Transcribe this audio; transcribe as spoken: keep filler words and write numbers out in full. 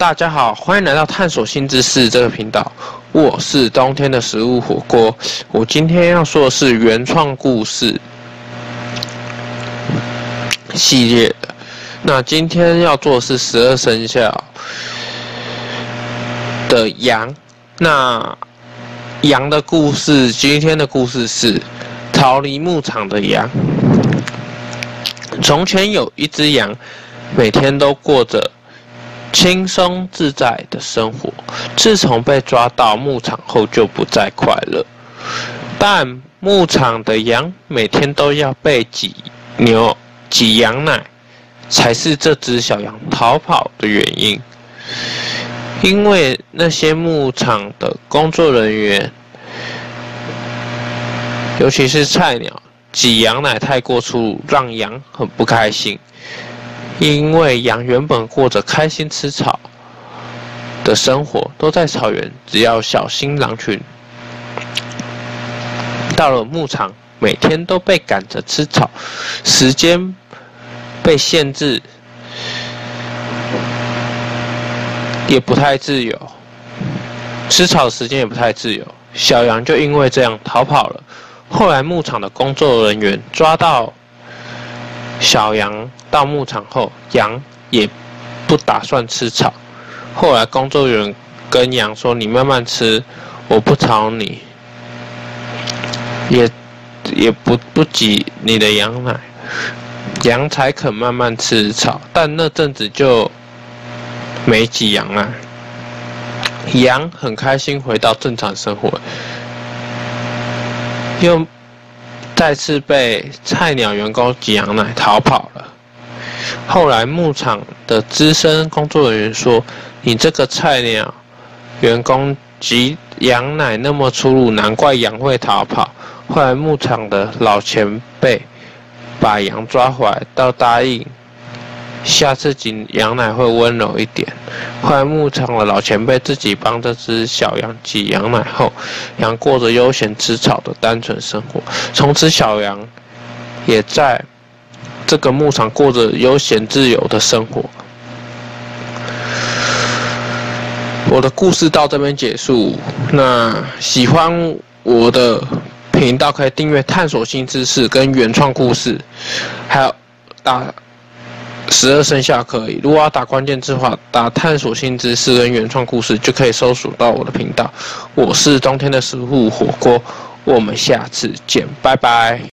大家好，欢迎来到探索新知识这个频道。我是冬天的食物火锅。我今天要说的是原创故事系列的。那今天要做的是十二生肖的羊。那羊的故事，今天的故事是逃离牧场的羊。从前有一只羊，每天都过着轻松自在的生活。自从被抓到牧场后，就不再快乐。但牧场的羊每天都要被挤牛、挤羊奶，才是这只小羊逃跑的原因。因为那些牧场的工作人员，尤其是菜鸟，挤羊奶太过粗鲁，让羊很不开心。因为羊原本过着开心吃草的生活，都在草原，只要小心狼群。到了牧场，每天都被赶着吃草，时间被限制，也不太自由，吃草的时间也不太自由。小羊就因为这样逃跑了。后来牧场的工作人员抓到小羊到牧场后，羊也不打算吃草。后来工作人员跟羊说：“你慢慢吃，我不吵你，也也不不挤你的羊奶。”羊才肯慢慢吃草，但那阵子就没挤羊奶。羊很开心回到正常生活，又再次被菜鸟员工挤羊奶逃跑了。后来牧场的资深工作人员说：“你这个菜鸟员工挤羊奶那么粗鲁，难怪羊会逃跑。”后来牧场的老前辈把羊抓回来，倒答应下次挤羊奶会温柔一点。后来牧场的老前辈自己帮这只小羊挤羊奶后，羊过着悠闲吃草的单纯生活。从此小羊也在这个牧场过着悠闲自由的生活。我的故事到这边结束。那喜欢我的频道可以订阅探索新知识跟原创故事，还有打十二生肖可以。如果要打关键字的话，打探索新知识跟原创故事就可以搜索到我的频道。我是冬天的食物火锅，我们下次见，拜拜。